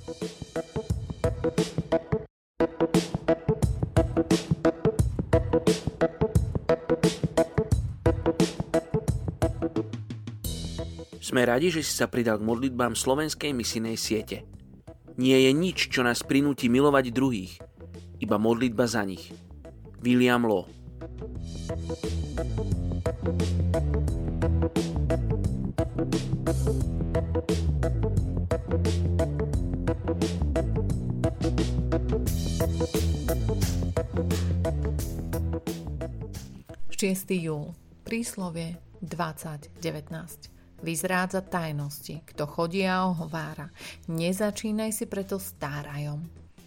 Sme radi, že si sa pridal k modlitbám slovenskej misijnej siete. Nie je nič, čo nás prinúti milovať druhých, iba modlitba za nich. William Law. Júl, príslovie 20:19. Vyzrádza tajnosti, kto chodí a ohovára. Nezačínaj si preto stárajom.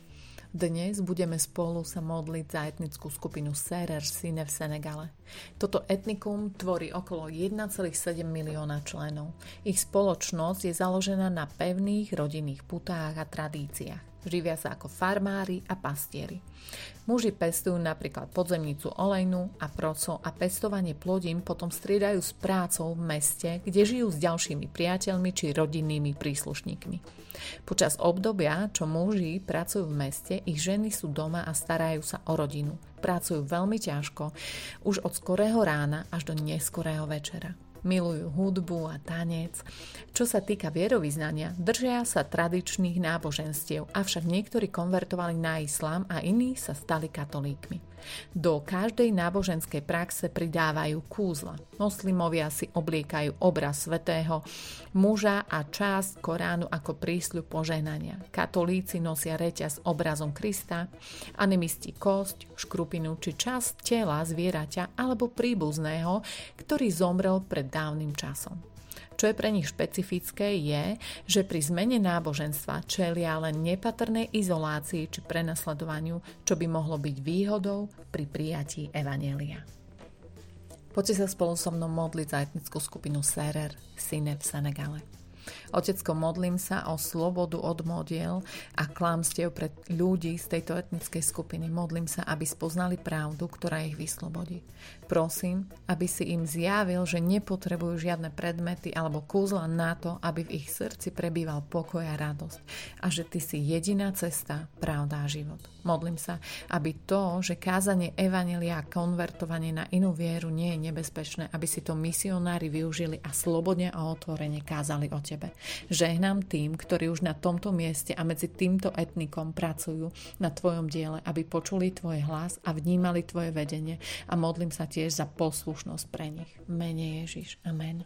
Dnes budeme spolu sa modliť za etnickú skupinu Serer Sine v Senegale. Toto etnikum tvorí okolo 1,7 milióna členov. Ich spoločnosť je založená na pevných rodinných putách a tradíciách. Živia sa ako farmári a pastieri. Muži pestujú napríklad podzemnicu olejnú a proso a pestovanie plodín potom striedajú s prácou v meste, kde žijú s ďalšími priateľmi či rodinnými príslušníkmi. Počas obdobia, čo muži pracujú v meste, ich ženy sú doma a starajú sa o rodinu. Pracujú veľmi ťažko, už od skorého rána až do neskorého večera. Milujú hudbu a tanec. Čo sa týka vierovyznania, držia sa tradičných náboženstiev, avšak niektorí konvertovali na islám a iní sa stali katolíkmi. Do každej náboženskej praxe pridávajú kúzla. Moslimovia si obliekajú obraz svätého muža a časť Koránu ako prísľub požehnania. Katolíci nosia reťaz s obrazom Krista, animisti kosť, škrupinu či časť tela zvieraťa alebo príbuzného, ktorý zomrel pred dávnym časom. Čo je pre nich špecifické je, že pri zmene náboženstva čelia len nepatrnej izolácii či prenasledovaniu, čo by mohlo byť výhodou pri prijatí evanjelia. Poďte sa spolu so mnou modliť za etnickú skupinu Serer Sine v Senegale. Otecko, modlím sa o slobodu od modiel a klamstiev pre ľudí z tejto etnickej skupiny. Modlím sa, aby spoznali pravdu, ktorá ich vyslobodí. Prosím, aby si im zjavil, že nepotrebujú žiadne predmety alebo kúzla na to, aby v ich srdci prebýval pokoj a radosť. A že ty si jediná cesta, pravda a život. Modlím sa, aby to, že kázanie evanjelia a konvertovanie na inú vieru nie je nebezpečné, aby si to misionári využili a slobodne a otvorene kázali o tebe. Žehnám tým, ktorí už na tomto mieste a medzi týmto etnikom pracujú na tvojom diele, aby počuli tvoj hlas a vnímali tvoje vedenie a modlím sa tiež za poslušnosť pre nich. V mene Ježiš. Amen.